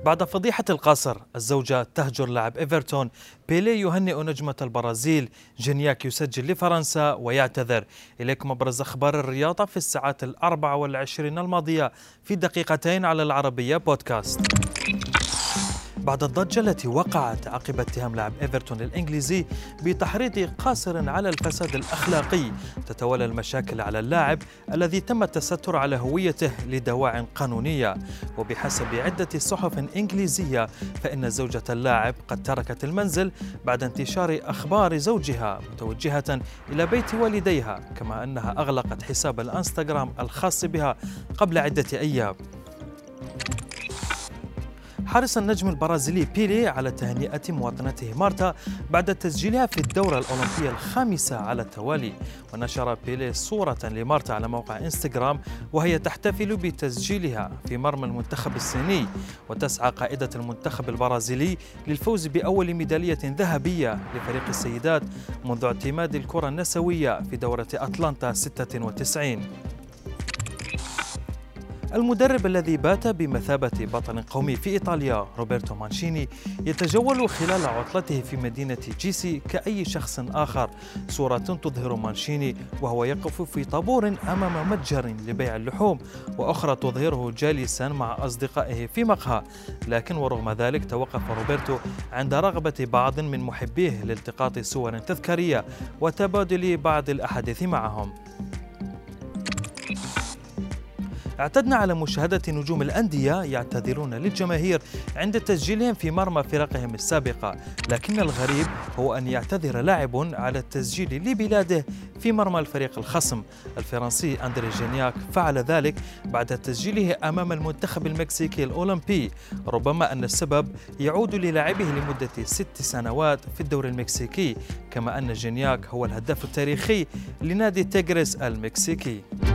بعد فضيحة القصر، الزوجة تهجر لاعب إيفرتون. بيلي يهنئ نجمة البرازيل. جينياك يسجل لفرنسا ويعتذر. إليكم أبرز أخبار الرياضة في الساعات 24 الماضية في دقيقتين على العربية بودكاست. بعد الضجة التي وقعت عقب اتهام لاعب إيفرتون الإنجليزي بتحريض قاصر على الفساد الأخلاقي، تتوالى المشاكل على اللاعب الذي تم التستر على هويته لدواعٍ قانونية. وبحسب عدة صحف إنجليزية فإن زوجة اللاعب قد تركت المنزل بعد انتشار أخبار زوجها متوجهة إلى بيت والديها، كما أنها أغلقت حساب الإنستغرام الخاص بها قبل عدة أيام. حرص النجم البرازيلي بيلي على تهنئة مواطنته مارتا بعد تسجيلها في الدورة الأولمبية الخامسة على التوالي. ونشر بيلي صورة لمارتا على موقع انستغرام وهي تحتفل بتسجيلها في مرمى المنتخب الصيني. وتسعى قائدة المنتخب البرازيلي للفوز بأول ميدالية ذهبية لفريق السيدات منذ اعتماد الكرة النسوية في دورة أتلانتا 96. المدرب الذي بات بمثابة بطل قومي في إيطاليا روبرتو مانشيني يتجول خلال عطلته في مدينة جيسي كأي شخص آخر. صورة تظهر مانشيني وهو يقف في طابور أمام متجر لبيع اللحوم، وأخرى تظهره جالسا مع أصدقائه في مقهى. لكن ورغم ذلك توقف روبرتو عند رغبة بعض من محبيه لالتقاط صور تذكارية وتبادل بعض الأحاديث معهم. اعتدنا على مشاهدة نجوم الأندية يعتذرون للجماهير عند تسجيلهم في مرمى فرقهم السابقة، لكن الغريب هو أن يعتذر لاعب على التسجيل لبلاده في مرمى الفريق الخصم. الفرنسي أندري جينياك فعل ذلك بعد تسجيله أمام المنتخب المكسيكي الأولمبي. ربما أن السبب يعود للاعبه لمدة 6 سنوات في الدوري المكسيكي، كما أن جينياك هو الهداف التاريخي لنادي تيغريس المكسيكي.